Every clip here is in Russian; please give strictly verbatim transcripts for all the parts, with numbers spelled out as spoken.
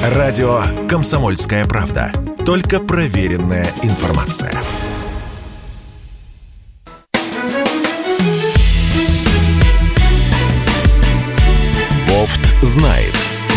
Радио «Комсомольская правда». Только проверенная информация. Бофт знает.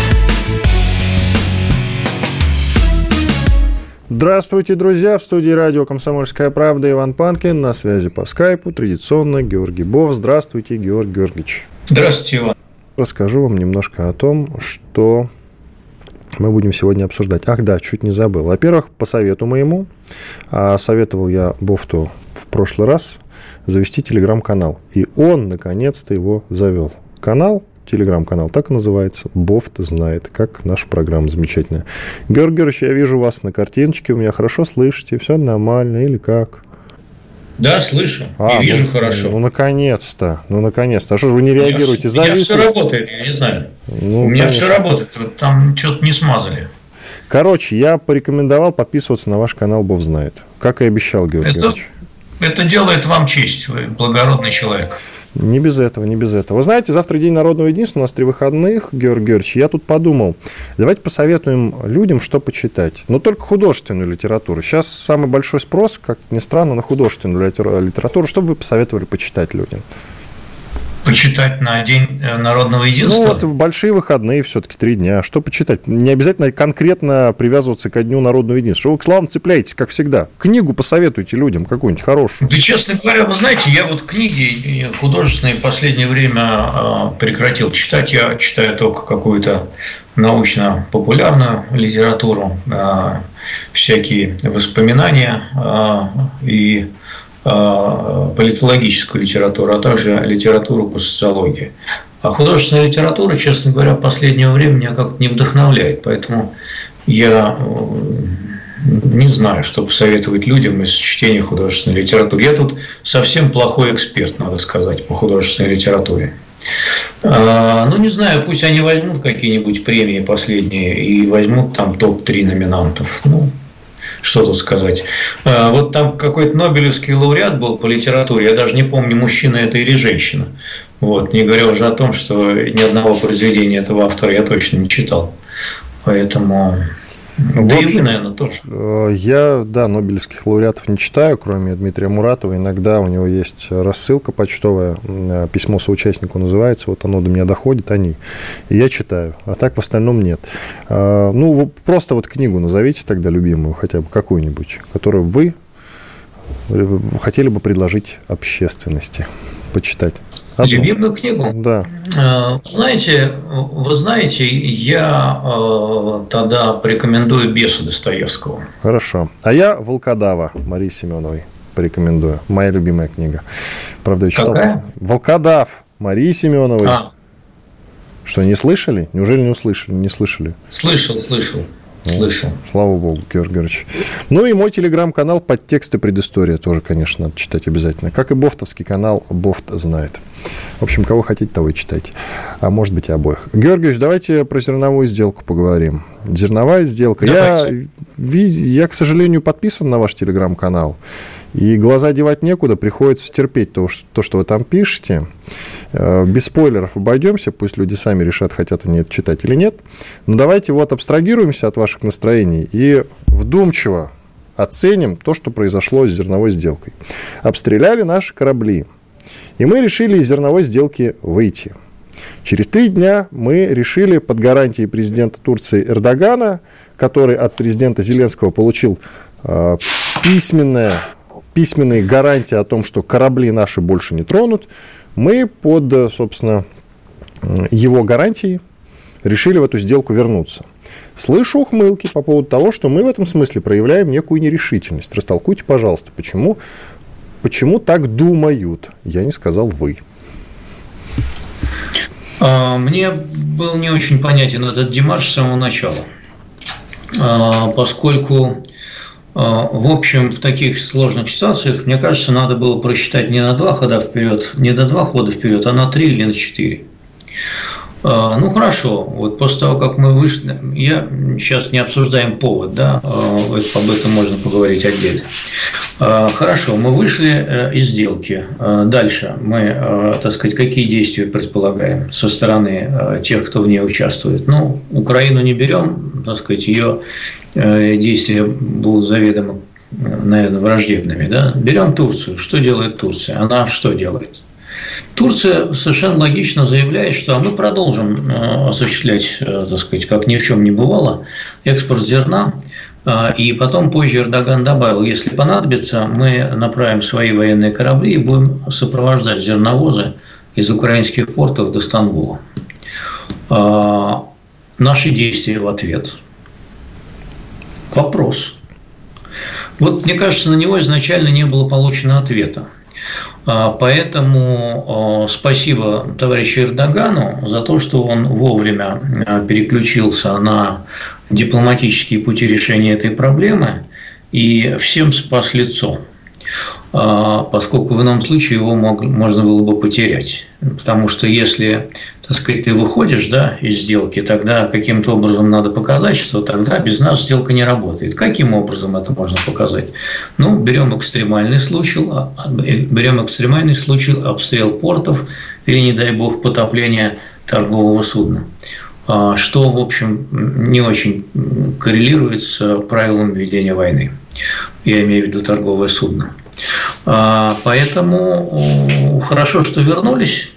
Здравствуйте, друзья! В студии радио «Комсомольская правда» Иван Панкин. На связи по скайпу традиционно Георгий Бофт. Здравствуйте, Георгий Георгиевич. Здравствуйте, Иван. Расскажу вам немножко о том, что мы будем сегодня обсуждать. Ах да, чуть не забыл. Во-первых, по совету моему, а советовал я Бофту в прошлый раз завести телеграм-канал. И он, наконец-то, его завел. Канал, телеграм-канал, так и называется. Бофт знает, как наша программа замечательная. Георгий Георгиевич, я вижу вас на картиночке, вы меня хорошо слышите, все нормально или как? Да, слышу а, и вижу ну, хорошо. Ну, наконец-то, ну, наконец-то. А что же вы не реагируете? У меня все работает, я не знаю. Ну, у меня конечно. все работает, вот там что-то не смазали. Короче, я порекомендовал подписываться на ваш канал Бофт знает. Как и обещал, Георгий это, Георгиевич. Это делает вам честь, вы благородный человек. Не без этого, не без этого. Вы знаете, завтра день народного единства, у нас три выходных, Георгий Георгиевич. Я тут подумал, давайте посоветуем людям, что почитать. Но только художественную литературу. Сейчас самый большой спрос, как ни странно, на художественную литературу. Что бы вы посоветовали почитать людям? Почитать на День народного единства? Ну, вот в большие выходные все-таки три дня. Что почитать? Не обязательно конкретно привязываться ко Дню народного единства. Что вы к словам цепляетесь, как всегда? Книгу посоветуйте людям какую-нибудь хорошую. Да, честно говоря, вы знаете, я вот книги художественные в последнее время прекратил читать. Я читаю только какую-то научно-популярную литературу, всякие воспоминания и политологическую литературу, а также литературу по социологии. А художественная литература, честно говоря, в последнее время меня как-то не вдохновляет, поэтому я не знаю, что посоветовать людям из чтения художественной литературы. Я тут совсем плохой эксперт, надо сказать, по художественной литературе. Ну, не знаю, пусть они возьмут какие-нибудь премии последние и возьмут там топ три номинантов. Ну, что тут сказать. Вот там какой-то нобелевский лауреат был по литературе, я даже не помню, мужчина это или женщина. Вот, не говоря уже о том, что ни одного произведения этого автора я точно не читал. Поэтому... Да и вы, наверное, тоже. Я, да, нобелевских лауреатов не читаю, кроме Дмитрия Муратова. Иногда у него есть рассылка почтовая, письмо соучастнику называется, вот оно до меня доходит, они. И я читаю, а так в остальном нет. Ну, просто вот книгу назовите тогда любимую, хотя бы какую-нибудь, которую вы хотели бы предложить общественности почитать. Одну. Любимую книгу? Да. Знаете, вы знаете, я тогда порекомендую «Бесы» Достоевского. Хорошо. А я «Волкодава» Марии Семеновой порекомендую. Моя любимая книга. Правда, я читал. Какая? «Волкодав» Марии Семеновой. А. Что, не слышали? Неужели не услышали? Не слышали? Слышал, слышал. Слышал. Слава богу, Георгий Георгиевич. Ну и мой телеграм-канал «Подтексты предыстория» тоже, конечно, надо читать обязательно. Как и бофтовский канал «Бофт знает». В общем, кого хотите, того и читайте. А может быть, и обоих. Георгий Георгиевич, давайте про зерновую сделку поговорим. Зерновая сделка. Я, я, к сожалению, подписан на ваш телеграм-канал. И глаза девать некуда, приходится терпеть то, то, что вы там пишете. Без спойлеров обойдемся, пусть люди сами решат, хотят они это читать или нет. Но давайте вот абстрагируемся от ваших настроений и вдумчиво оценим то, что произошло с зерновой сделкой. Обстреляли наши корабли, и мы решили из зерновой сделки выйти. Через три дня мы решили под гарантией президента Турции Эрдогана, который от президента Зеленского получил э, письменное, письменные гарантии о том, что корабли наши больше не тронут, мы под, собственно, его гарантией решили в эту сделку вернуться. Слышу ухмылки по поводу того, что мы в этом смысле проявляем некую нерешительность. Растолкуйте, пожалуйста, почему, почему так думают? Я не сказал вы. Мне был не очень понятен этот демарш с самого начала, поскольку, в общем, в таких сложных ситуациях, мне кажется, надо было просчитать не на два хода вперед, не на два хода вперед, а на три или на четыре. Ну, хорошо. Вот после того, как мы вышли, я сейчас не обсуждаем повод, да, об этом можно поговорить отдельно. Хорошо, мы вышли из сделки. Дальше мы, так сказать, какие действия предполагаем со стороны тех, кто в ней участвует? Ну, Украину не берем, так сказать, ее действия будут заведомо, наверное, враждебными, да. Берем Турцию. Что делает Турция? Она что делает? Турция совершенно логично заявляет, что мы продолжим осуществлять, так сказать, как ни в чем не бывало, экспорт зерна. И потом позже Эрдоган добавил, если понадобится, мы направим свои военные корабли и будем сопровождать зерновозы из украинских портов до Стамбула. Наши действия в ответ. Вопрос. Вот, мне кажется, на него изначально не было получено ответа. Поэтому спасибо товарищу Эрдогану за то, что он вовремя переключился на дипломатические пути решения этой проблемы и всем спас лицо, поскольку в ином случае его мог, можно было бы потерять. Потому что если, так сказать, ты выходишь, да, из сделки, тогда каким-то образом надо показать, что тогда без нас сделка не работает. Каким образом это можно показать? Ну, берем экстремальный случай, берем экстремальный случай обстрел портов или, не дай бог, потопление торгового судна, что, в общем, не очень коррелирует с правилами ведения войны. Я имею в виду торговое судно. Поэтому хорошо, что вернулись.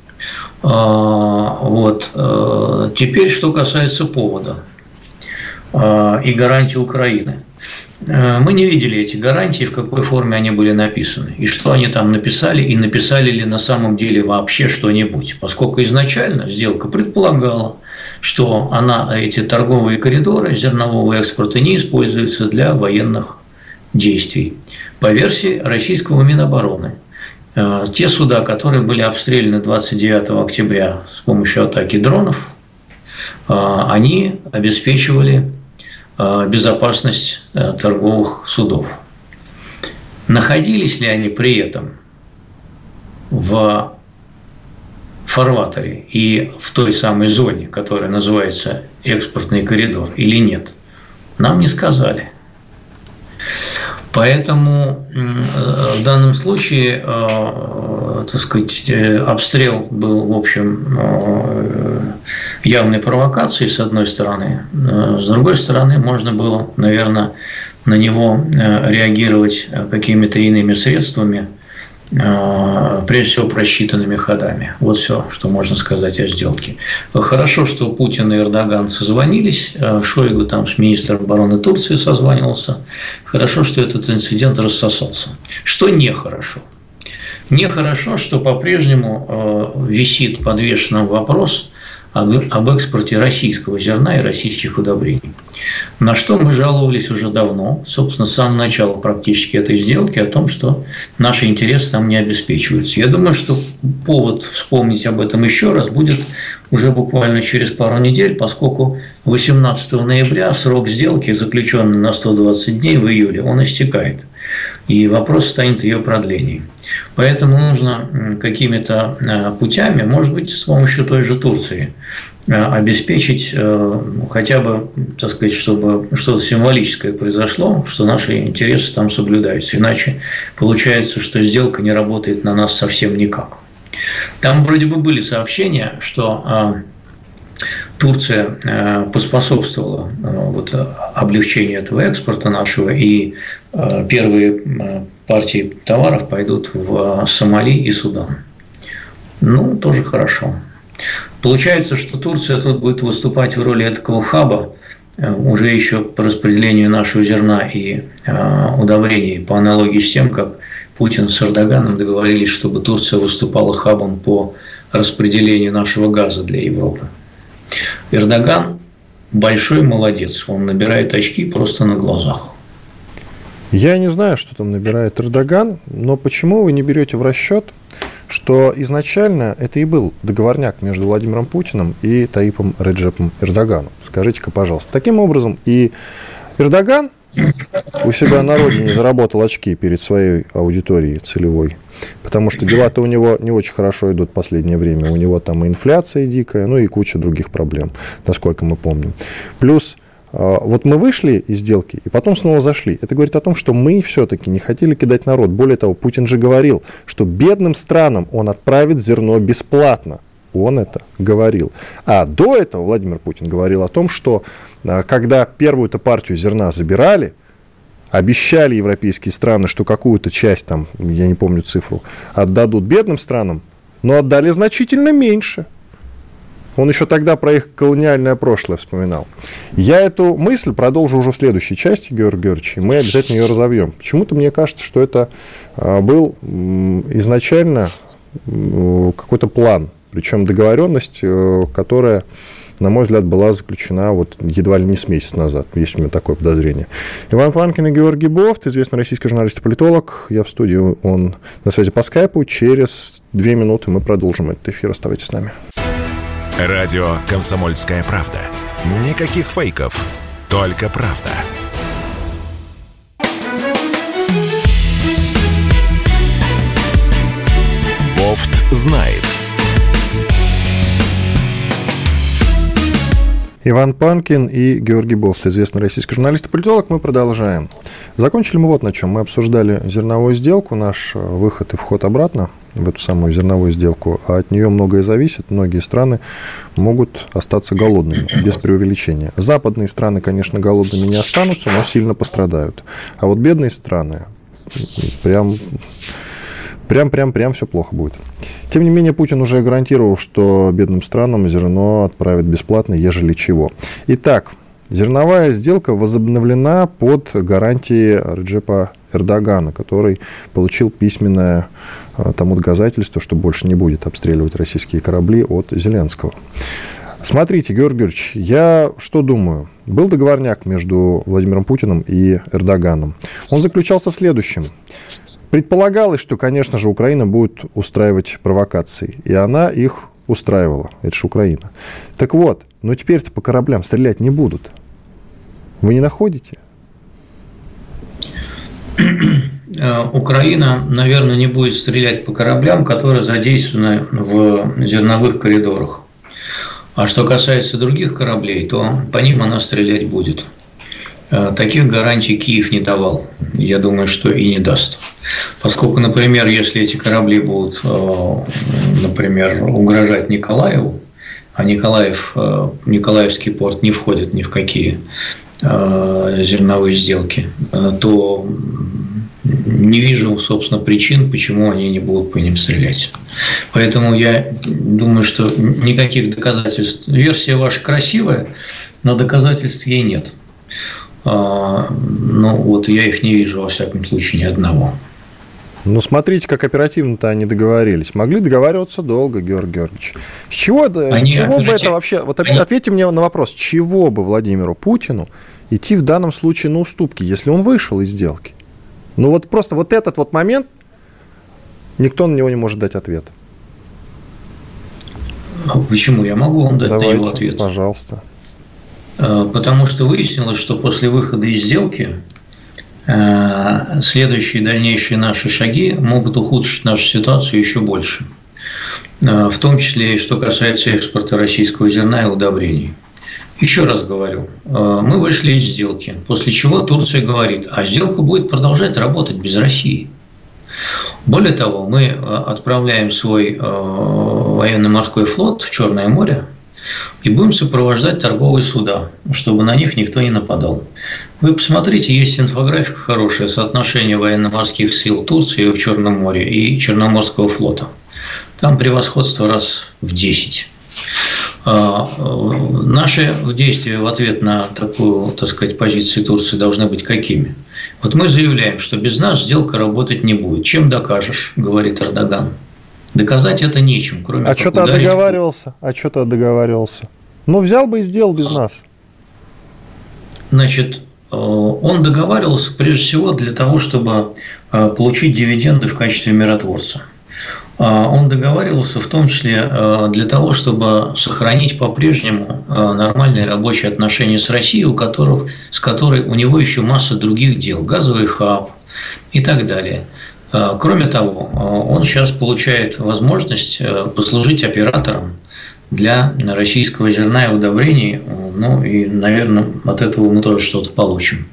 Вот. Теперь, что касается повода и гарантий Украины. Мы не видели эти гарантии, в какой форме они были написаны, и что они там написали, и написали ли на самом деле вообще что-нибудь, поскольку изначально сделка предполагала, что она, эти торговые коридоры зернового экспорта не используются для военных действий. По версии российского Минобороны, те суда, которые были обстреляны двадцать девятого октября с помощью атаки дронов, они обеспечивали безопасность торговых судов. Находились ли они при этом в фарватере и в той самой зоне, которая называется экспортный коридор, или нет? Нам не сказали. Поэтому в данном случае, так сказать, обстрел был, в общем, явной провокацией, с одной стороны. С другой стороны, можно было, наверное, на него реагировать какими-то иными средствами, прежде всего просчитанными ходами. Вот все, что можно сказать о сделке. Хорошо, что Путин и Эрдоган созвонились, Шойгу там с министром обороны Турции созванивался. Хорошо, что этот инцидент рассосался. Что нехорошо? Нехорошо, что по-прежнему висит подвешенным вопрос об экспорте российского зерна и российских удобрений. На что мы жаловались уже давно, собственно, с самого начала практически этой сделки, о том, что наши интересы там не обеспечиваются. Я думаю, что повод вспомнить об этом еще раз будет уже буквально через пару недель, поскольку восемнадцатого ноября срок сделки, заключенный на сто двадцать дней в июле, он истекает. И вопрос станет ее продлении. Поэтому нужно какими-то путями, может быть, с помощью той же Турции, обеспечить хотя бы, так сказать, чтобы что-то символическое произошло, что наши интересы там соблюдаются. Иначе получается, что сделка не работает на нас совсем никак. Там вроде бы были сообщения, что Турция поспособствовала вот облегчению этого экспорта нашего, и первые партии товаров пойдут в Сомали и Судан. Ну, тоже хорошо. Получается, что Турция тут будет выступать в роли такого хаба, уже еще по распределению нашего зерна и удобрений, по аналогии с тем, как Путин с Эрдоганом договорились, чтобы Турция выступала хабом по распределению нашего газа для Европы. Эрдоган большой молодец, он набирает очки просто на глазах. Я не знаю, что там набирает Эрдоган, но почему вы не берете в расчет, что изначально это и был договорняк между Владимиром Путиным и Таипом Реджепом Эрдоганом? Скажите-ка, пожалуйста. Таким образом, и Эрдоган у себя на родине заработал очки перед своей аудиторией целевой. Потому что дела-то у него не очень хорошо идут в последнее время. У него там и инфляция дикая, ну и куча других проблем, насколько мы помним. Плюс вот мы вышли из сделки и потом снова зашли. Это говорит о том, что мы все-таки не хотели кидать народ. Более того, Путин же говорил, что бедным странам он отправит зерно бесплатно. Он это говорил. А до этого Владимир Путин говорил о том, что когда первую-то партию зерна забирали, обещали европейские страны, что какую-то часть, там, я не помню цифру, отдадут бедным странам, но отдали значительно меньше. Он еще тогда про их колониальное прошлое вспоминал. Я эту мысль продолжу уже в следующей части, Георгий Георгиевич, и мы обязательно ее разовьем. Почему-то мне кажется, что это был изначально какой-то план, причем договоренность, которая, на мой взгляд, была заключена вот едва ли не с месяц назад. Есть у меня такое подозрение. Иван Панкин и Георгий Бофт, известный российский журналист и политолог. Я в студии, он на связи по скайпу. Через две минуты мы продолжим этот эфир. Оставайтесь с нами. Радио «Комсомольская правда». Никаких фейков, только правда. Бофт знает. Иван Панкин и Георгий Бофт, известный российский журналист и политолог. Мы продолжаем. Закончили мы вот на чем. Мы обсуждали зерновую сделку, наш выход и вход обратно в эту самую зерновую сделку. А от нее многое зависит. Многие страны могут остаться голодными, без преувеличения. Западные страны, конечно, голодными не останутся, но сильно пострадают. А вот бедные страны, прям... Прям-прям-прям все плохо будет. Тем не менее, Путин уже гарантировал, что бедным странам зерно отправят бесплатно, ежели чего. Итак, зерновая сделка возобновлена под гарантией Реджепа Эрдогана, который получил письменное тому доказательство, что больше не будет обстреливать российские корабли от Зеленского. Смотрите, Георгий Георгиевич, я что думаю? Был договорняк между Владимиром Путиным и Эрдоганом. Он заключался в следующем. Предполагалось, что, конечно же, Украина будет устраивать провокации. И она их устраивала. Это же Украина. Так вот, но теперь-то по кораблям стрелять не будут. Вы не находите? Украина, наверное, не будет стрелять по кораблям, которые задействованы в зерновых коридорах. А что касается других кораблей, то по ним она стрелять будет. Таких гарантий Киев не давал. Я думаю, что и не даст. Поскольку, например, если эти корабли будут, например, угрожать Николаеву, а Николаев, Николаевский порт не входит ни в какие зерновые сделки, то не вижу, собственно, причин, почему они не будут по ним стрелять. Поэтому я думаю, что никаких доказательств. Версия ваша красивая, но доказательств ей нет. Ну, вот я их не вижу, во всяком случае, ни одного. Ну, смотрите, как оперативно-то они договорились. Могли договариваться долго, Георгий Георгиевич. С чего, они, с чего бы это вообще... Вот они... ответьте мне на вопрос, с чего бы Владимиру Путину идти в данном случае на уступки, если он вышел из сделки? Ну, вот просто вот этот вот момент, никто на него не может дать ответ. Почему? Я могу вам дать Давайте, на него ответ. Пожалуйста. Потому что выяснилось, что после выхода из сделки следующие дальнейшие наши шаги могут ухудшить нашу ситуацию еще больше. В том числе и что касается экспорта российского зерна и удобрений. Еще раз говорю, мы вышли из сделки, после чего Турция говорит, а сделка будет продолжать работать без России. Более того, мы отправляем свой военно-морской флот в Черное море и будем сопровождать торговые суда, чтобы на них никто не нападал. Вы посмотрите, есть инфографика хорошая, соотношение военно-морских сил Турции в Черном море и Черноморского флота. Там превосходство раз в десять. Наши действия в ответ на такую, так сказать, позицию Турции должны быть какими? Вот мы заявляем, что без нас сделка работать не будет. Чем докажешь, говорит Эрдоган. Доказать это нечем, кроме а как что-то ударить... договаривался? А что-то договаривался? Ну, взял бы и сделал без а. нас. Значит, он договаривался прежде всего для того, чтобы получить дивиденды в качестве миротворца. Он договаривался в том числе для того, чтобы сохранить по-прежнему нормальные рабочие отношения с Россией, у которых, с которой у него еще масса других дел, газовый хаб и так далее. Кроме того, он сейчас получает возможность послужить оператором для российского зерна и удобрений, ну и, наверное, от этого мы тоже что-то получим.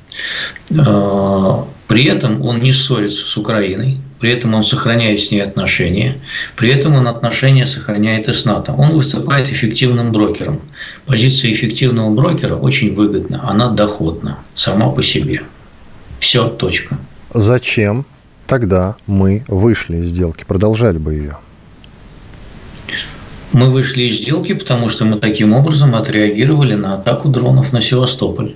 При этом он не ссорится с Украиной, при этом он сохраняет с ней отношения, при этом он отношения сохраняет и с НАТО. Он выступает эффективным брокером. Позиция эффективного брокера очень выгодна, она доходна сама по себе. Все, точка. Зачем тогда мы вышли из сделки, продолжали бы ее? Мы вышли из сделки, потому что мы таким образом отреагировали на атаку дронов на Севастополь.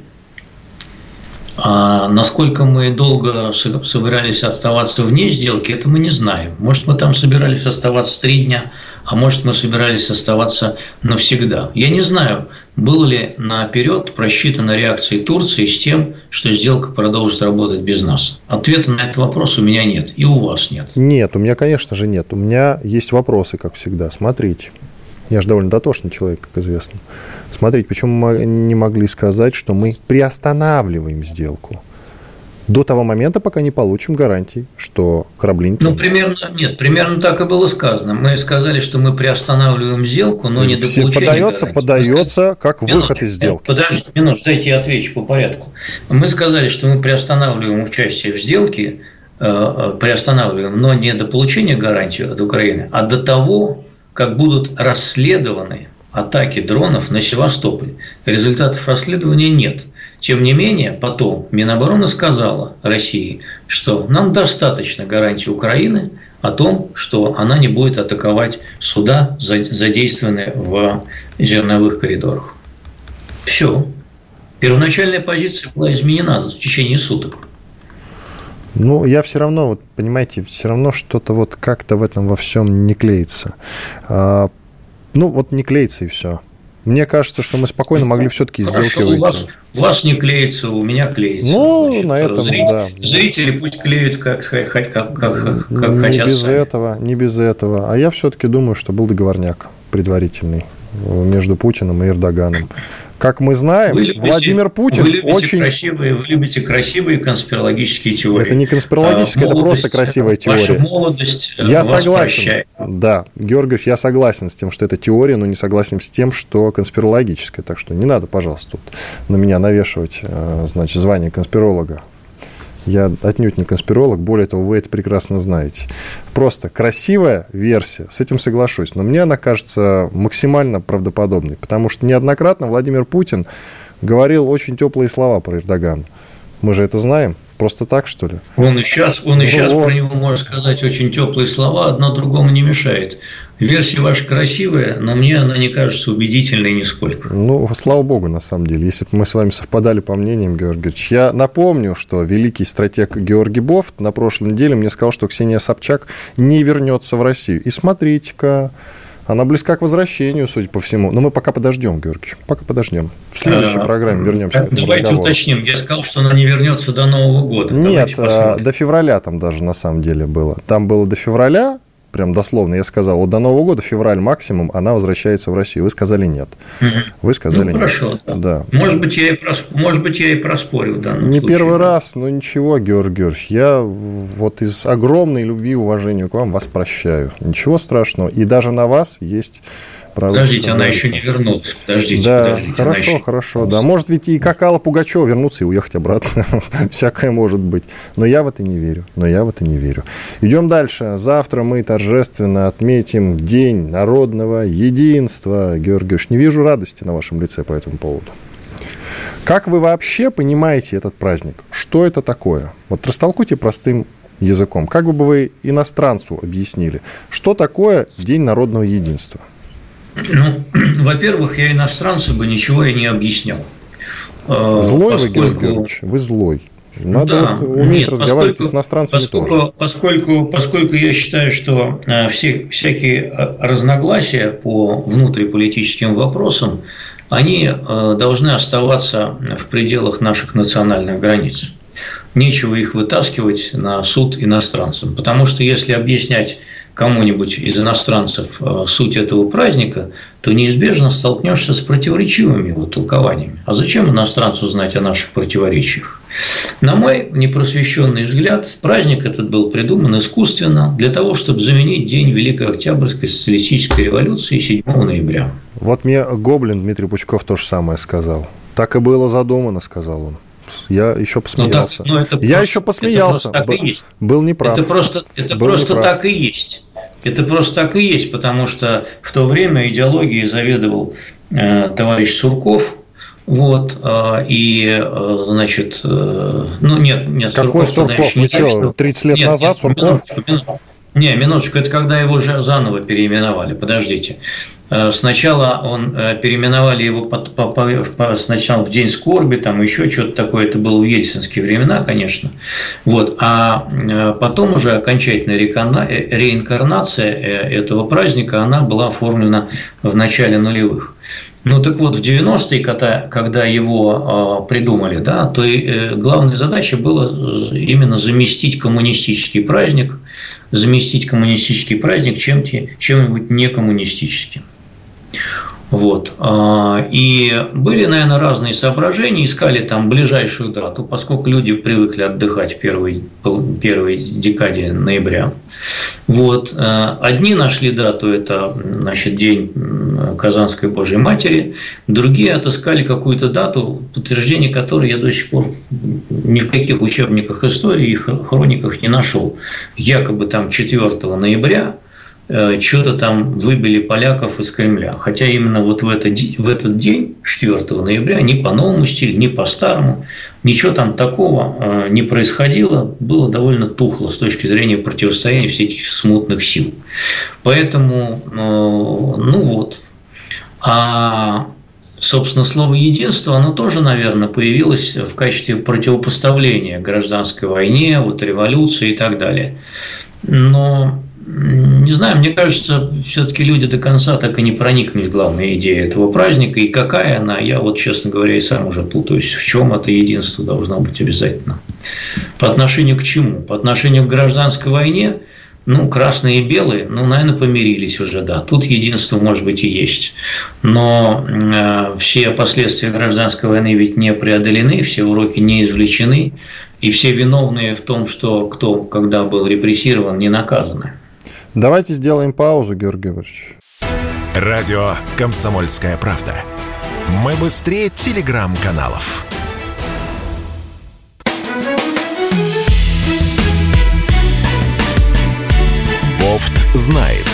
А насколько мы долго собирались оставаться вне сделки, это мы не знаем. Может, мы там собирались оставаться три дня, а может, мы собирались оставаться навсегда. Я не знаю, было ли наперед просчитана реакция Турции с тем, что сделка продолжит работать без нас. Ответа на этот вопрос у меня нет, и у вас нет. Нет, у меня, конечно же, нет. У меня есть вопросы, как всегда. Смотрите. Я же довольно дотошный человек, как известно. Смотрите, почему мы не могли сказать, что мы приостанавливаем сделку до того момента, пока не получим гарантий, что корабли не... Ну, примерно, нет, примерно так и было сказано. Мы сказали, что мы приостанавливаем сделку, но не до получения подается, гарантий. Подается как минут, выход из сделки. Подождите, минуту, дайте я отвечу по порядку. Мы сказали, что мы приостанавливаем участие в сделке, э, приостанавливаем, но не до получения гарантии от Украины, а до того, как будут расследованы атаки дронов на Севастополь. Результатов расследования нет. Тем не менее, потом Минобороны сказала России, что нам достаточно гарантий Украины о том, что она не будет атаковать суда, задействованные в зерновых коридорах. Все. Первоначальная позиция была изменена в течение суток. Ну, я все равно, вот, понимаете, все равно что-то вот как-то в этом во всем не клеится. А, ну, вот не клеится и все. Мне кажется, что мы спокойно могли все-таки из сделки выйти. У вас, у вас не клеится, у меня клеится. Ну, значит, на этом, зрители, да. Зрители пусть клеют, как, как, как, как, как не хотят без сами. этого, не без этого. А я все-таки думаю, что был договорняк предварительный между Путиным и Эрдоганом. Как мы знаем, любите, Владимир Путин вы любите очень... Красивые, вы любите красивые конспирологические теории. Это не конспирологическая, а, это просто красивая теория. Ваша молодость я вас согласен. прощает. Да, Георгиевич, я согласен с тем, что это теория, но не согласен с тем, что конспирологическая. Так что не надо, пожалуйста, тут на меня навешивать, значит, звание конспиролога. Я отнюдь не конспиролог, более того, вы это прекрасно знаете. Просто красивая версия, с этим соглашусь, но мне она кажется максимально правдоподобной, потому что неоднократно Владимир Путин говорил очень теплые слова про Эрдогана. Мы же это знаем. Просто так, что ли? Он и сейчас, он и сейчас вот. Про него может сказать очень теплые слова, одно другому не мешает. Версия ваша красивая, но мне она не кажется убедительной нисколько. Ну, слава богу, на самом деле. Если бы мы с вами совпадали по мнениям, Георгиевич. Я напомню, что великий стратег Георгий Бофт на прошлой неделе мне сказал, что Ксения Собчак не вернется в Россию. И смотрите-ка, она близка к возвращению, судя по всему. Но мы пока подождем, Георгиевич, пока подождем. В следующей а, программе вернемся к этому Давайте разговору. Уточним. Я сказал, что она не вернется до Нового года. Нет, до февраля там даже на самом деле было. Там было до февраля, прям дословно, я сказал, вот до Нового года, февраль максимум, она возвращается в Россию. Вы сказали нет. Угу. Вы сказали ну, нет. Хорошо. Да. Да. Может быть, я и прос... Может быть, я и проспорил в данном Не случае. первый раз, но ничего, Георгий Георгиевич, я вот из огромной любви и уважения к вам вас прощаю. Ничего страшного. И даже на вас есть право. Подождите, она еще не вернулась. Подождите, да, подождите. Хорошо, еще... хорошо. Да, может ведь и как Алла Пугачева вернуться и уехать обратно. Всякое может быть. Но я в это не верю. Но я в это не верю. Идем дальше. Завтра мы торжественно отметим День народного единства. Георгий Георгиевич, не вижу радости на вашем лице по этому поводу. Как вы вообще понимаете этот праздник? Что это такое? Вот растолкуйте простым языком. Как бы вы иностранцу объяснили, что такое День народного единства? Ну, во-первых, я иностранцу бы ничего и не объяснял. Злой поскольку... вы, Георгий Георгиевич, вы злой. Надо да, вот уметь нет, разговаривать поскольку, с иностранцами поскольку, тоже. Поскольку, поскольку я считаю, что все, всякие разногласия по внутриполитическим вопросам, они должны оставаться в пределах наших национальных границ. Нечего их вытаскивать на суд иностранцам. Потому что если объяснять кому-нибудь из иностранцев суть этого праздника, то неизбежно столкнешься с противоречивыми его толкованиями. А зачем иностранцу знать о наших противоречиях? На мой непросвещенный взгляд, праздник этот был придуман искусственно для того, чтобы заменить день Великой Октябрьской социалистической революции седьмого ноября. Вот мне Гоблин Дмитрий Пучков то же самое сказал. Так и было задумано, сказал он. Я еще посмеялся. Ну, так, ну, Я просто, еще посмеялся. Так и есть. Был неправ. Это просто, это Был просто неправ. так и есть. Это просто так и есть, потому что в то время идеологией заведовал э, товарищ Сурков. Вот, э, и, э, значит, э, ну, нет, нет, Какой Сурков? Сурков? Вы что, тридцать лет нет, назад нет, Сурков? Минуточку, минуточку. Не, минуточку, это когда его же заново переименовали, подождите. Сначала он переименовали его по, по, по, сначала в День скорби, там еще что-то такое, это было в ельцинские времена, конечно. Вот, а потом уже окончательная реинкарнация этого праздника, она была оформлена в начале нулевых. Ну так вот, в девяностые, когда, когда его э, придумали, да, то э, главной задачей было именно заместить коммунистический праздник, заместить коммунистический праздник чем-то, чем-нибудь некоммунистическим. Вот. И были, наверное, разные соображения, искали там ближайшую дату, поскольку люди привыкли отдыхать в первой, первой декаде ноября. Вот. Одни нашли дату, это, значит, День Казанской Божьей Матери, другие отыскали какую-то дату, подтверждение которой я до сих пор ни в каких учебниках истории и хрониках не нашел. Якобы там четвёртого ноября что-то там выбили поляков из Кремля. Хотя именно вот в этот, в этот день, четвёртого ноября, ни по новому стилю, ни по старому, ничего там такого не происходило. Было довольно тухло с точки зрения противостояния всяких смутных сил. Поэтому, ну вот. А, собственно, слово «единство», оно тоже, наверное, появилось в качестве противопоставления гражданской войне, вот революции и так далее. Но не знаю, мне кажется, все-таки люди до конца так и не проникнулись в главную идею этого праздника. И какая она, я вот, честно говоря, и сам уже путаюсь, в чем это единство должно быть обязательно. По отношению к чему? По отношению к гражданской войне, ну, красные и белые, ну, наверное, помирились уже, да. Тут единство, может быть, и есть. Но э, все последствия гражданской войны ведь не преодолены, все уроки не извлечены, и все виновные в том, что кто когда был репрессирован, не наказаны. Давайте сделаем паузу, Георгий Георгиевич. Радио «Комсомольская правда». Мы быстрее телеграм-каналов. Бофт знает.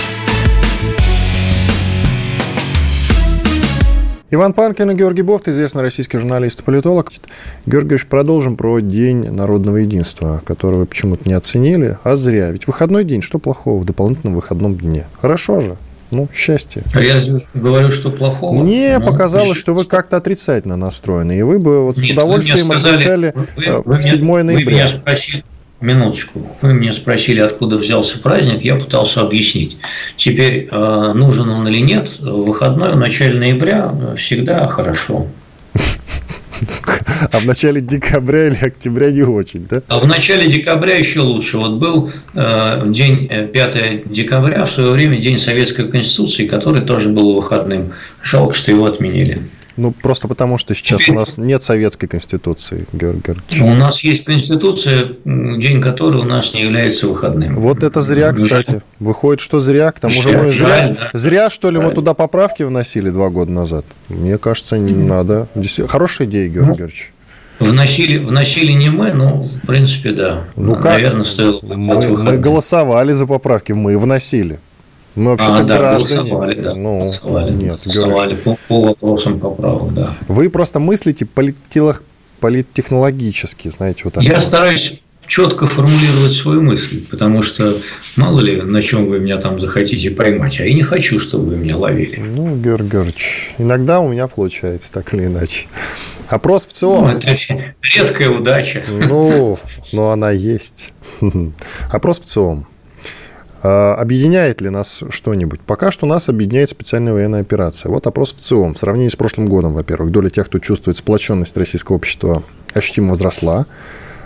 Иван Панкин и Георгий Бофт, известный российский журналист и политолог. Георгий Георгиевич, продолжим про День народного единства, который вы почему-то не оценили. А зря. Ведь выходной день, что плохого в дополнительном выходном дне? Хорошо же. Ну, счастье. А я говорю, что плохого. Мне ну, показалось, что вы как-то отрицательно настроены. И вы бы вот Нет, с удовольствием отмечали седьмое ноября. Вы меня спросили. Минуточку. Вы меня спросили, откуда взялся праздник, я пытался объяснить. Теперь, нужен он или нет, выходной в начале ноября всегда хорошо. А в начале декабря или октября не очень, да? А в начале декабря еще лучше. Вот был день пятого декабря, в свое время день Советской Конституции, который тоже был выходным. Жалко, что его отменили. Ну, просто потому, что сейчас Теперь... у нас нет советской конституции, Георгий Георгиевич. У нас есть конституция, день которой у нас не является выходным. Вот это зря, кстати. Выходит, что зря. К тому же мы зря, да. зря, что ли, Жаль. мы туда поправки вносили два года назад. Мне кажется, не надо. Хорошая идея, Георгий ну, Георгиевич. Вносили, вносили не мы, но, в принципе, да. Ну, как? Наверное, стоило мы, мы голосовали за поправки, мы вносили. Мы вообще-то а, да, граждане. Голосовали, да. Ну, голосовали, нет, голосовали по, по вопросам поправок, да. Вы просто мыслите политтехнологически, знаете, вот так. Я стараюсь четко формулировать свою мысль, потому что мало ли, на чем вы меня там захотите поймать, а я не хочу, чтобы вы меня ловили. Ну, Георгий Георгиевич, иногда у меня получается так или иначе. Опрос в ЦИОМ. Ну, это редкая удача. Ну, но она есть. Опрос в ЦИОМ. Объединяет ли нас что-нибудь? Пока что нас объединяет специальная военная операция. Вот опрос в ЦИОМ. В сравнении с прошлым годом, во-первых, доля тех, кто чувствует сплоченность российского общества, ощутимо возросла.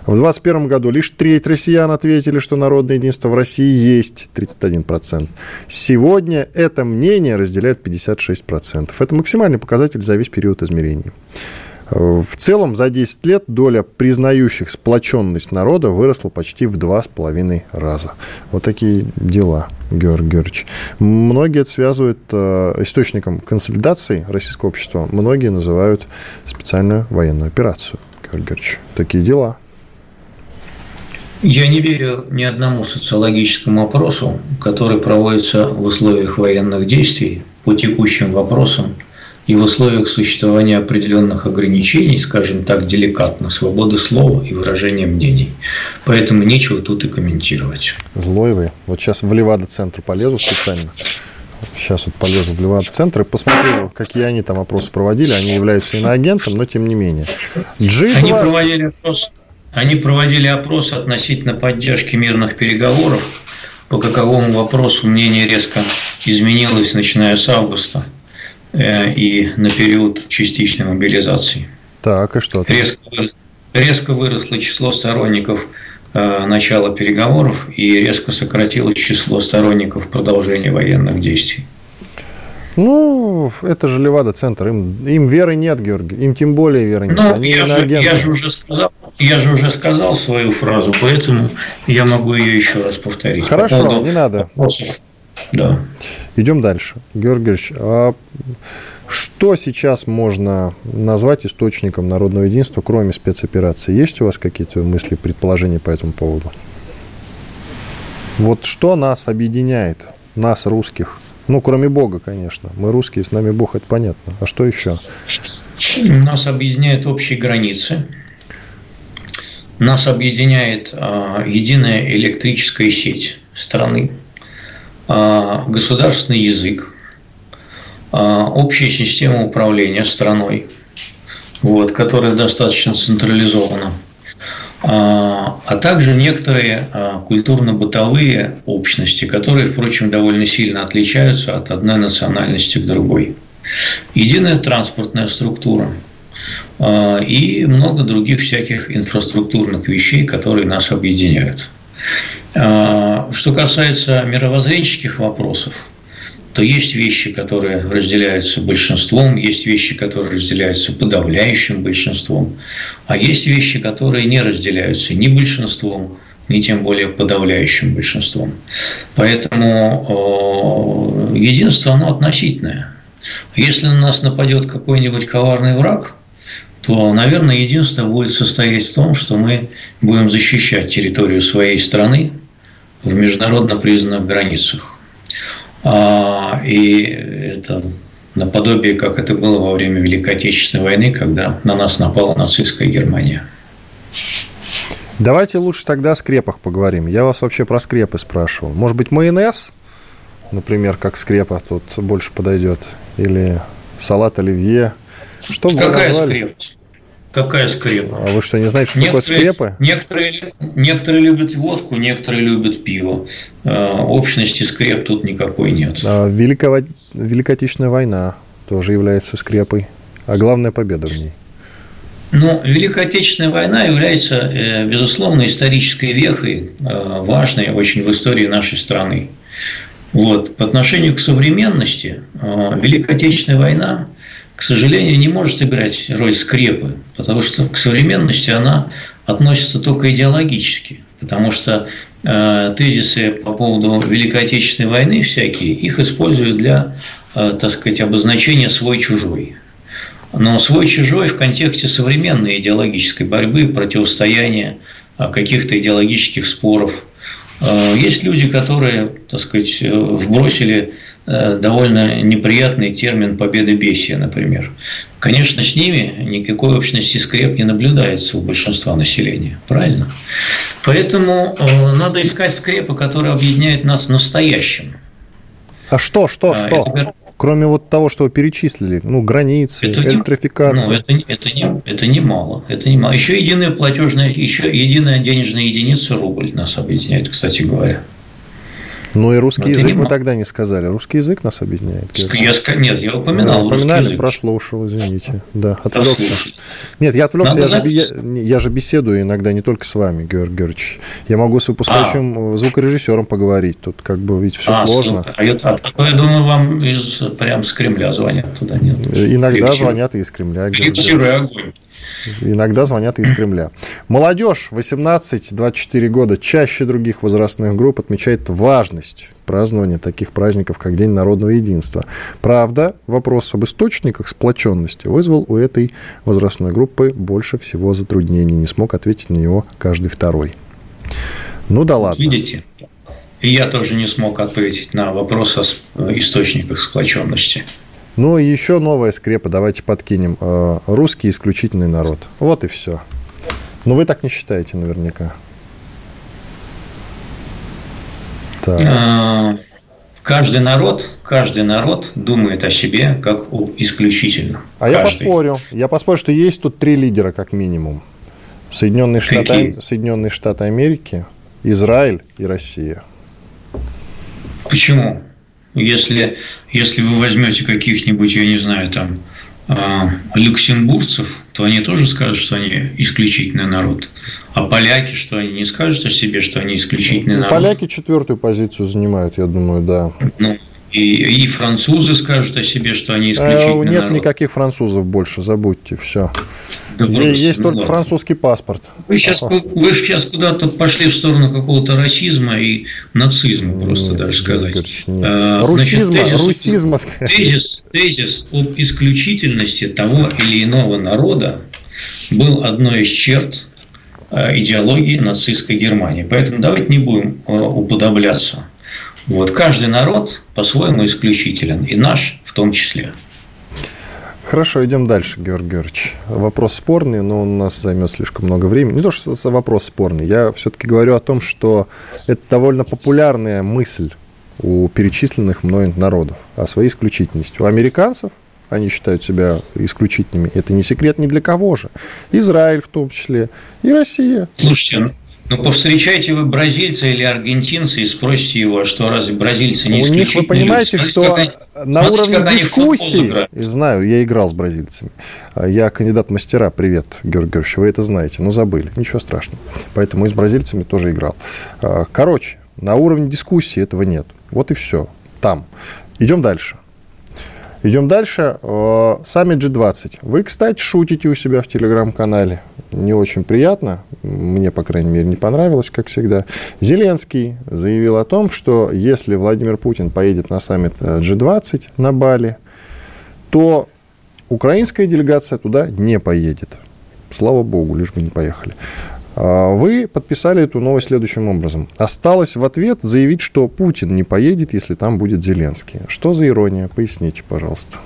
В двадцать первом году лишь треть россиян ответили, что народное единство в России есть, тридцать один процент. Сегодня это мнение разделяет пятьдесят шесть процентов. Это максимальный показатель за весь период измерений. В целом, за десять лет доля признающих сплоченность народа выросла почти в два с половиной раза. Вот такие дела, Георгий Георгиевич. Многие это связывают э, источником консолидации российского общества. Многие называют специальную военную операцию. Георгий Георгиевич, такие дела. Я не верю ни одному социологическому опросу, который проводится в условиях военных действий по текущим вопросам и в условиях существования определенных ограничений, скажем так, деликатно, свободы слова и выражения мнений. Поэтому нечего тут и комментировать. Злой вы. Вот сейчас в Левада-центр полезу специально. Сейчас вот полезу в Левада-центр и посмотрю, какие они там опросы проводили. Они являются иноагентом, но тем не менее. джи двадцать... Они проводили опрос, они проводили опрос относительно поддержки мирных переговоров, по каковому вопросу мнение резко изменилось, начиная с августа и на период частичной мобилизации. Так, и что? Резко выросло, резко выросло число сторонников э, начала переговоров и резко сократилось число сторонников продолжения военных действий. Ну, это же Левада-центр. Им, им веры нет, Георгий. Им тем более веры нет. Ну, я же, я, же уже сказал, я же уже сказал свою фразу, поэтому я могу ее еще раз повторить. Хорошо, по не надо. Вопросов. Да. Идем дальше. Георгий Георгиевич, а что сейчас можно назвать источником народного единства, кроме спецоперации? Есть у вас какие-то мысли, предположения по этому поводу? Вот что нас объединяет, нас, русских? Ну, кроме Бога, конечно. Мы русские, с нами Бог, это понятно. А что еще? Нас объединяют общие границы. Нас объединяет а, единая электрическая сеть страны. Государственный язык, общая система управления страной, вот, которая достаточно централизована, а также некоторые культурно-бытовые общности, которые, впрочем, довольно сильно отличаются от одной национальности к другой. Единая транспортная структура и много других всяких инфраструктурных вещей, которые нас объединяют. Что касается мировоззренческих вопросов, то есть вещи, которые разделяются большинством, есть вещи, которые разделяются подавляющим большинством, а есть вещи, которые не разделяются ни большинством, ни тем более подавляющим большинством. Поэтому единство, оно относительное. Если на нас нападет какой-нибудь коварный враг, то, наверное, единство будет состоять в том, что мы будем защищать территорию своей страны в международно признанных границах. И это наподобие, как это было во время Великой Отечественной войны, когда на нас напала нацистская Германия. Давайте лучше тогда о скрепах поговорим. Я вас вообще про скрепы спрашивал. Может быть, майонез, например, как скрепа тут больше подойдет? Или салат оливье? Что вы Какая назвали? скрепа? Какая скрепа? А вы что, не знаете, что некоторые, такое скрепы? Некоторые, некоторые любят водку, некоторые любят пиво. Общности скреп тут никакой нет. А Великова... Великая Отечественная война тоже является скрепой. А главная победа в ней. Ну, Великая Отечественная война является, безусловно, исторической вехой, важной очень в истории нашей страны. Вот. По отношению к современности, Великая Отечественная война, к сожалению, не может играть роль скрепы, потому что к современности она относится только идеологически, потому что э, тезисы по поводу Великой Отечественной войны всякие, их используют для, э, так сказать, обозначения свой-чужой. Но свой-чужой в контексте современной идеологической борьбы, противостояния, каких-то идеологических споров. Есть люди, которые, так сказать, вбросили довольно неприятный термин «победобесие», например. Конечно, с ними никакой общности скреп не наблюдается у большинства населения, правильно? Поэтому надо искать скрепы, которые объединяют нас в настоящем. А что, что, а, что? Это... Кроме вот того, что вы перечислили, ну, границы, это электрификация. Не, ну, это, это, не, это не мало. Это не мало. Еще единая платежная, еще единая денежная единица рубль нас объединяет, кстати говоря. Ну и русский вот язык не... вы тогда не сказали. Русский язык нас объединяет. Я, нет, я упоминал Вы русский упоминали, язык. прослушал, извините. Да, отвлекся. Прослушал. Нет, я отвлекся, я же, запись... я, я же беседую иногда не только с вами, Георгий Георгиевич. Я могу с выпускающим а. звукорежиссером поговорить. Тут как бы ведь все а, сложно. А я, а, я думаю, вам из, прям с Кремля звонят туда, нет? Иногда Легче. звонят и из Кремля. Огонь. Иногда звонят и из Кремля. Молодежь восемнадцать-двадцать четыре года чаще других возрастных групп отмечает важность празднования таких праздников, как День народного единства. Правда, вопрос об источниках сплоченности вызвал у этой возрастной группы больше всего затруднений. Не смог ответить на него каждый второй. Ну да ладно. Видите? И я тоже не смог ответить на вопрос о источниках сплоченности. Ну и еще новая скрепа, давайте подкинем. Русский исключительный народ. Вот и все. Но вы так не считаете наверняка. Так. Каждый народ, каждый народ думает о себе как о исключительном. А каждый. я поспорю. Я поспорю, что есть тут три лидера как минимум. Соединенные Штаты, Соединенные Штаты Америки, Израиль и Россия. Почему? Если, если вы возьмете каких-нибудь, я не знаю, там, люксембургцев, то они тоже скажут, что они исключительный народ. А поляки, что они не скажут о себе, что они исключительный народ? Поляки четвертую позицию занимают, я думаю, да. Ну, и, и французы скажут о себе, что они исключительный а, нет народ. Нет никаких французов больше, забудьте, все. Да просто, есть ну, только ладно. Французский паспорт. Вы сейчас, вы сейчас куда-то пошли в сторону какого-то расизма и нацизма, просто нет, даже сказать. Нет. А, русизма, значит, тезис, русизма. Тезис, тезис об исключительности того или иного народа был одной из черт идеологии нацистской Германии. Поэтому давайте не будем уподобляться. Вот. Каждый народ по-своему исключителен, и наш в том числе. Хорошо, идем дальше, Георгий Георгиевич. Вопрос спорный, но он у нас займет слишком много времени. Не то, что вопрос спорный. Я все-таки говорю о том, что это довольно популярная мысль у перечисленных мной народов о своей исключительности. У американцев они считают себя исключительными. Это не секрет ни для кого же. Израиль в том числе, и Россия. Слушайте, ну повстречайте вы бразильца или аргентинца и спросите его, что разве бразильцы не исключительные? У них, вы понимаете, люди? Что они, на уровне дискуссии... Знаю, я играл с бразильцами. Я кандидат в мастера. Привет, Георгий Георгиевич, вы это знаете. Но забыли. Ничего страшного. Поэтому и с бразильцами тоже играл. Короче, на уровне дискуссии этого нет. Вот и все. Там. Идем дальше. Идем дальше. Саммит джи двадцать. Вы, кстати, шутите у себя в телеграм-канале. Не очень приятно. Мне, по крайней мере, не понравилось, как всегда. Зеленский заявил о том, что если Владимир Путин поедет на саммит джи двадцать на Бали, то украинская делегация туда не поедет. Слава богу, лишь бы не поехали. Вы подписали эту новость следующим образом. Осталось в ответ заявить, что Путин не поедет, если там будет Зеленский. Что за ирония? Поясните, пожалуйста.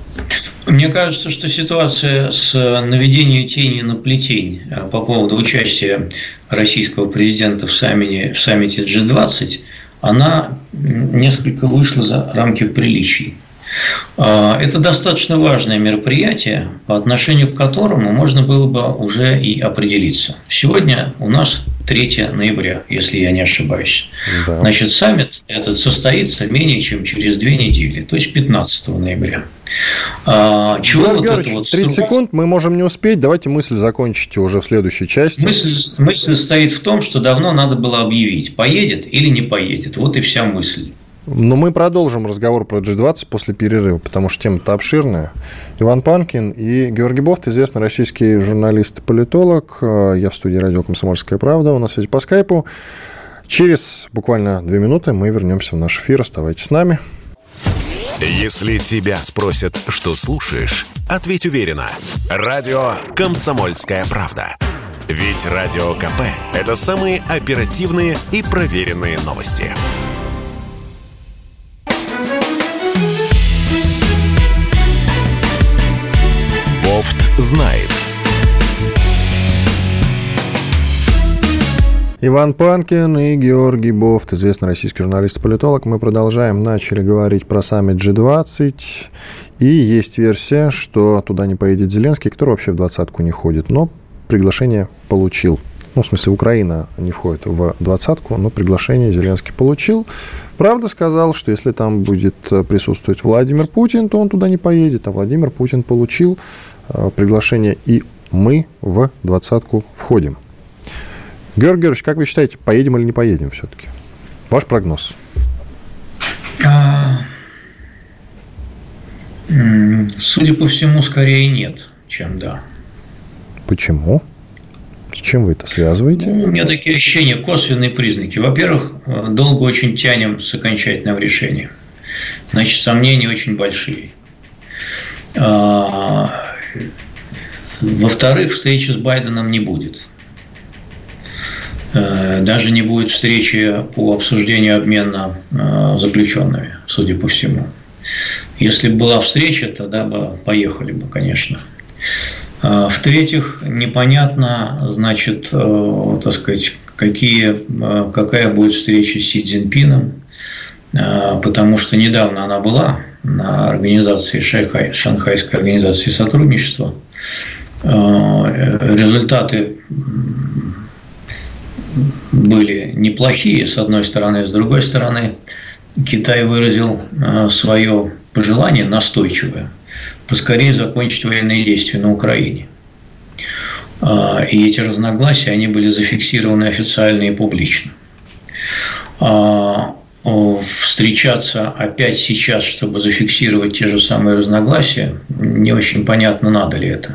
Мне кажется, что ситуация с наведением тени на плетень по поводу участия российского президента в саммите, в саммите джи двадцать, она несколько вышла за рамки приличий. Это достаточно важное мероприятие, по отношению к которому можно было бы уже и определиться. Сегодня у нас третьего ноября, если я не ошибаюсь. Да. Значит, саммит этот состоится менее чем через две недели, то есть пятнадцатого ноября. А, чего вот это вот тридцать секунд, мы можем не успеть. Давайте мысль закончите уже в следующей части. Мысль, мысль состоит в том, что давно надо было объявить, поедет или не поедет. Вот и вся мысль. Но мы продолжим разговор про джи двадцать после перерыва, потому что тема-то обширная. Иван Панкин и Георгий Бофт, известный российский журналист и политолог. Я в студии радио «Комсомольская правда». У нас связь по скайпу. Через буквально две минуты мы вернемся в наш эфир. Оставайтесь с нами. Если тебя спросят, что слушаешь, ответь уверенно. Радио «Комсомольская правда». Ведь Радио КП – это самые оперативные и проверенные новости. Бофт знает. Иван Панкин и Георгий Бофт, известный российский журналист и политолог. Мы продолжаем. Начали говорить про саммит джи двадцать. И есть версия, что туда не поедет Зеленский, который вообще в двадцатку не ходит, но приглашение получил. Ну, в смысле, Украина не входит в двадцатку, но приглашение Зеленский получил. Правда, сказал, что если там будет присутствовать Владимир Путин, то он туда не поедет. А Владимир Путин получил приглашение, и мы в двадцатку входим. Георгий Георгиевич, как вы считаете, поедем или не поедем все-таки? Ваш прогноз. А, судя по всему, скорее нет, чем да. Почему? С чем вы это связываете? Ну, у меня такие ощущения, косвенные признаки. Во-первых, долго очень тянем с окончательным решением. Значит, сомнения очень большие. А, во-вторых, встречи с Байденом не будет. Даже не будет встречи по обсуждению обмена заключенными, судя по всему. Если бы была встреча, тогда бы поехали бы, конечно. В-третьих, непонятно, значит, так сказать, какие, какая будет встреча с Си Цзиньпином, потому что недавно она была на организации Шанхай, Шанхайской организации сотрудничества. Результаты были неплохие, с одной стороны, с другой стороны, Китай выразил свое пожелание настойчивое поскорее закончить военные действия на Украине. И эти разногласия, они были зафиксированы официально и публично. Встречаться опять сейчас, чтобы зафиксировать те же самые разногласия, не очень понятно, надо ли это.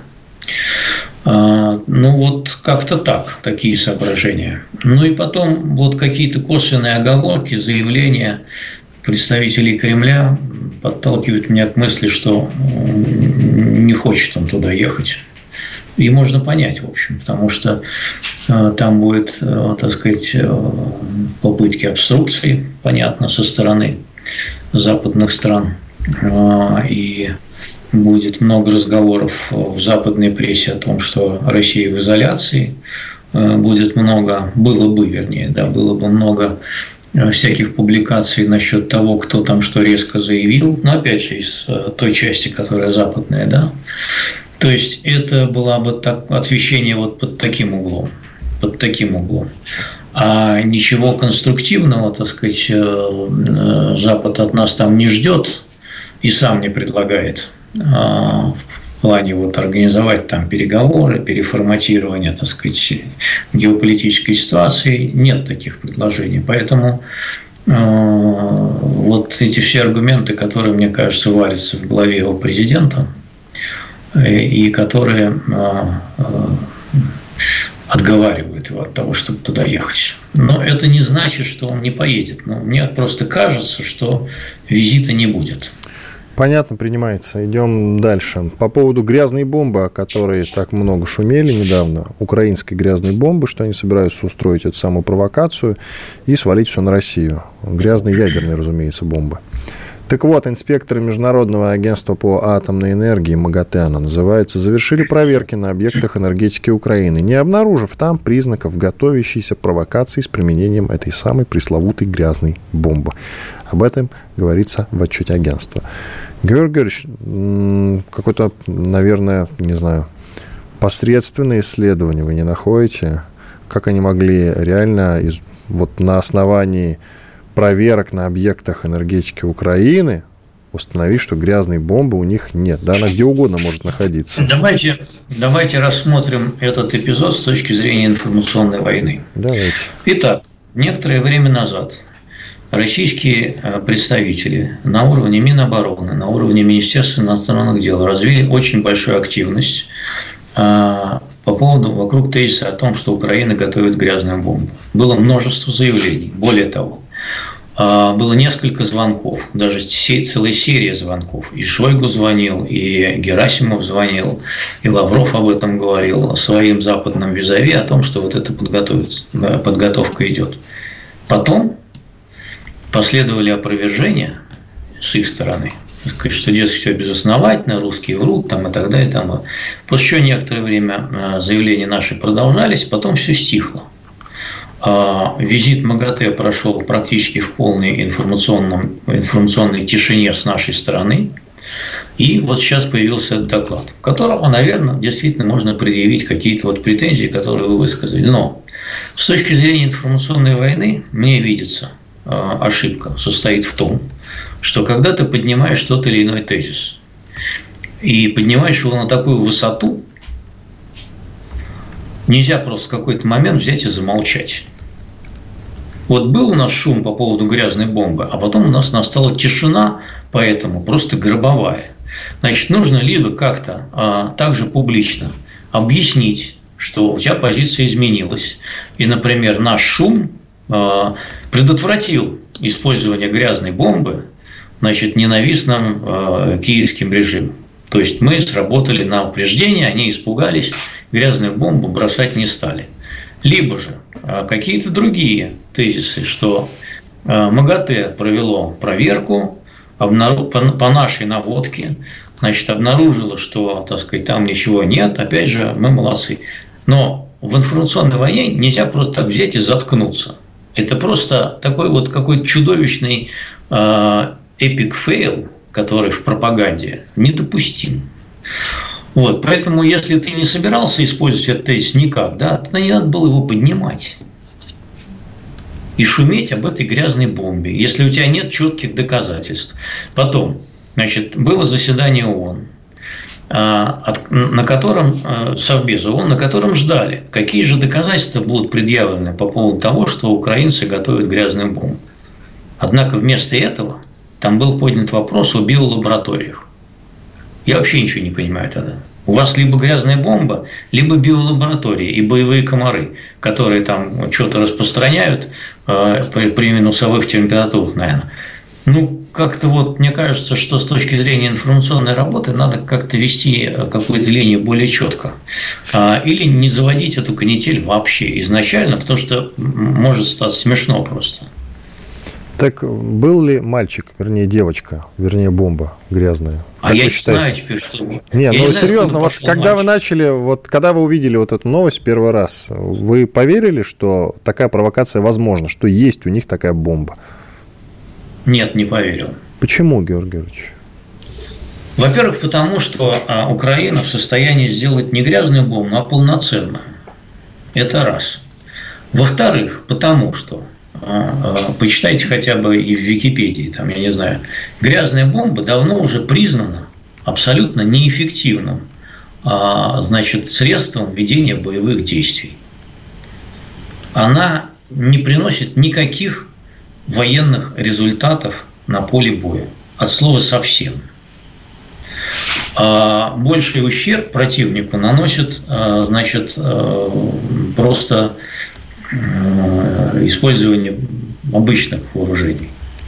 Ну, вот как-то так, такие соображения. Ну, и потом вот какие-то косвенные оговорки, заявления представителей Кремля подталкивают меня к мысли, что не хочет он туда ехать. И можно понять, в общем, потому что там будет, так сказать, попытки обструкции, понятно, со стороны западных стран. И будет много разговоров в западной прессе о том, что Россия в изоляции. Будет много, было бы, вернее, да, было бы много всяких публикаций насчет того, кто там что резко заявил. Но опять же, из той части, которая западная, да. То есть это было бы так, освещение вот под таким углом, под таким углом. А ничего конструктивного, так сказать, Запад от нас там не ждет и сам не предлагает в плане вот организовать там переговоры, переформатирование, так сказать, геополитической ситуации. Нет таких предложений. Поэтому вот эти все аргументы, которые, мне кажется, варятся в голове у президента, и которые отговаривают его от того, чтобы туда ехать. Но это не значит, что он не поедет. Но мне просто кажется, что визита не будет. Понятно, принимается. Идем дальше. По поводу грязной бомбы, о которой так много шумели недавно, украинской грязной бомбы, что они собираются устроить эту самую провокацию и свалить все на Россию. Грязной ядерной, разумеется, бомбы. Так вот, инспекторы Международного агентства по атомной энергии, МАГАТЭ она называется, завершили проверки на объектах энергетики Украины, не обнаружив там признаков готовящейся провокации с применением этой самой пресловутой грязной бомбы. Об этом говорится в отчете агентства. Георгий Георгиевич, какое-то, наверное, не знаю, посредственное исследование вы не находите? Как они могли реально вот на основании проверок на объектах энергетики Украины установить, что грязной бомбы у них нет. Да, она где угодно может находиться. Давайте, давайте рассмотрим этот эпизод с точки зрения информационной войны. Давайте. Итак, некоторое время назад российские представители на уровне Минобороны, на уровне Министерства иностранных дел развили очень большую активность по поводу вокруг тезиса о том, что Украина готовит грязную бомбу. Было множество заявлений. Более того, было несколько звонков, даже целая серия звонков. И Шойгу звонил, и Герасимов звонил, и Лавров об этом говорил своим западным визави о том, что вот эта подготовка идет. Потом последовали опровержения с их стороны, что, дескать, все безосновательно, русские врут там, и так далее. Там. После чего некоторое время заявления наши продолжались, потом все стихло. Визит МАГАТЭ прошел практически в полной информационной тишине с нашей стороны. И вот сейчас появился этот доклад, в котором, наверное, действительно можно предъявить какие-то вот претензии, которые вы высказали. Но с точки зрения информационной войны, мне видится, ошибка состоит в том, что когда ты поднимаешь тот или иной тезис и поднимаешь его на такую высоту, нельзя просто в какой-то момент взять и замолчать. Вот был у нас шум по поводу грязной бомбы, а потом у нас настала тишина, поэтому просто гробовая. Значит, нужно либо как-то а, также публично объяснить, что у тебя позиция изменилась, и, например, наш шум а, предотвратил использование грязной бомбы, значит, ненавистным а, киевским режимом. То есть мы сработали на упреждение, они испугались, грязную бомбу бросать не стали. Либо же какие-то другие тезисы, что МАГАТЭ провело проверку по нашей наводке, значит, обнаружило, что, так сказать, там ничего нет, опять же, мы молодцы. Но в информационной войне нельзя просто так взять и заткнуться. Это просто такой вот какой-то чудовищный эпик фейл, который в пропаганде недопустим. Вот, поэтому, если ты не собирался использовать этот тезис никак, да, то не надо было его поднимать и шуметь об этой грязной бомбе, если у тебя нет четких доказательств. Потом, значит, было заседание ООН, на котором, Совбеза ООН, на котором ждали, какие же доказательства будут предъявлены по поводу того, что украинцы готовят грязную бомбу. Однако вместо этого там был поднят вопрос о биолабораториях. Я вообще ничего не понимаю тогда. У вас либо грязная бомба, либо биолаборатории и боевые комары, которые там что-то распространяют э, при, при минусовых температурах, наверное. Ну, как-то вот мне кажется, что с точки зрения информационной работы надо как-то вести какую-то линию более четко. Э, или не заводить эту канитель вообще изначально, потому что может стать смешно просто. Так был ли мальчик, вернее девочка, вернее бомба грязная? А как я не считаете? Знаю теперь, что... Не, я ну не серьезно, вот когда мальчик. вы начали, вот когда вы увидели вот эту новость первый раз, вы поверили, что такая провокация возможна, что есть у них такая бомба? Нет, не поверил. Почему, Георгий Георгиевич? Во-первых, потому что Украина в состоянии сделать не грязную бомбу, а полноценную. Это раз. Во-вторых, потому что почитайте хотя бы и в Википедии, там, я не знаю, грязная бомба давно уже признана абсолютно неэффективным, значит, средством ведения боевых действий. Она не приносит никаких военных результатов на поле боя. От слова совсем. Больший ущерб противнику наносит, значит, просто использование обычных вооружений.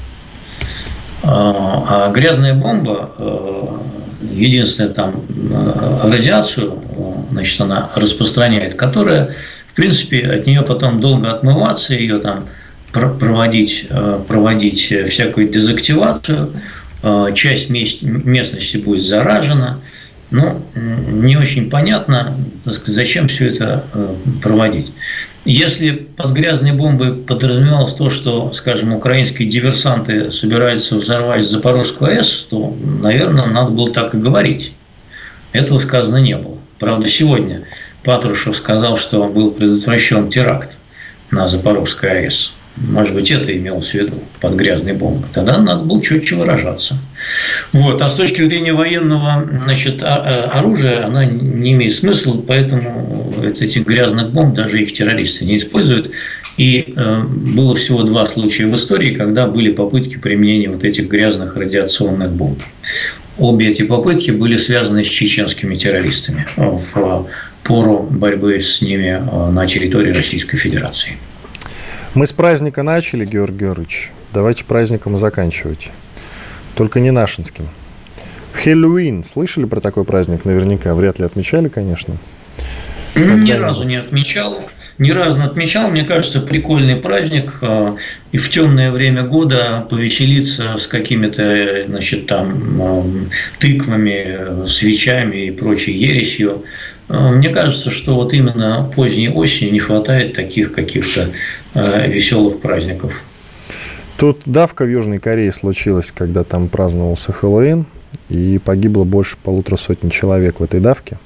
А грязная бомба, единственное, там радиацию, значит, она распространяет, которая, в принципе, от нее потом долго отмываться, ее там проводить, проводить всякую дезактивацию, часть местности будет заражена. Но не очень понятно, так сказать, зачем все это проводить. Если под грязной бомбой подразумевалось то, что, скажем, украинские диверсанты собираются взорвать Запорожскую АЭС, то, наверное, надо было так и говорить. Этого сказано не было. Правда, сегодня Патрушев сказал, что был предотвращен теракт на Запорожской АЭС. Может быть, это имелось в виду под грязной бомбой. Тогда надо было четче выражаться. Вот. А с точки зрения военного, значит, оружия, она не имеет смысла, поэтому этих грязных бомб даже их террористы не используют. И было всего два случая в истории, когда были попытки применения вот этих грязных радиационных бомб. Обе эти попытки были связаны с чеченскими террористами в пору борьбы с ними на территории Российской Федерации. Мы с праздника начали, Георгий Георгиевич. Давайте праздником и заканчивать. Только не нашинским. Хэллоуин. Слышали про такой праздник? Наверняка. Вряд ли отмечали, конечно. Ни разу не отмечал. Ни разу не отмечал. Мне кажется, прикольный праздник. И в темное время года повеселиться с какими-то, значит, там тыквами, свечами и прочей ересью. Мне кажется, что вот именно поздней осенью не хватает таких каких-то э, веселых праздников. Тут давка в Южной Корее случилась, когда там праздновался Хэллоуин. и погибло больше полутора сотен человек в этой давке.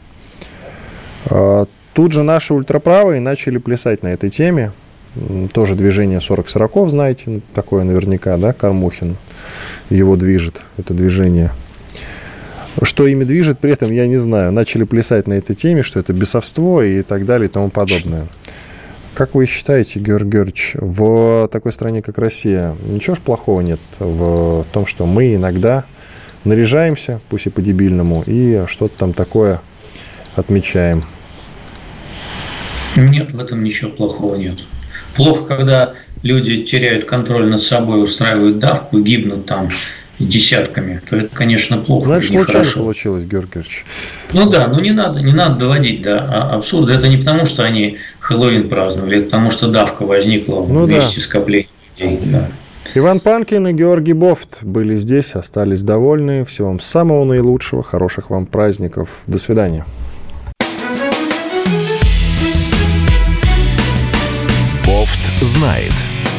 Тут же наши ультраправые начали плясать на этой теме. Тоже движение сорок сороков, знаете, такое наверняка, да, Кормухин его движет, это движение. Что ими движет, при этом я не знаю. Начали плясать на этой теме, что это бесовство и так далее и тому подобное. Как вы считаете, Георгий Георгиевич, в такой стране, как Россия, ничего ж плохого нет в том, что мы иногда наряжаемся, пусть и по-дебильному, и что-то там такое отмечаем? Нет, в этом ничего плохого нет. Плохо, когда люди теряют контроль над собой, устраивают давку, гибнут там десятками, то это, конечно, плохо. Значит, случайно получилось, Георгий Георгиевич. Ну да, но не надо, не надо доводить до абсурда. Это не потому, что они Хэллоуин праздновали, это потому, что давка возникла ну, в месте да. скопления людей. Да. Иван Панкин и Георгий Бофт были здесь, остались довольны. Всего вам самого наилучшего, хороших вам праздников. До свидания. Бофт знает.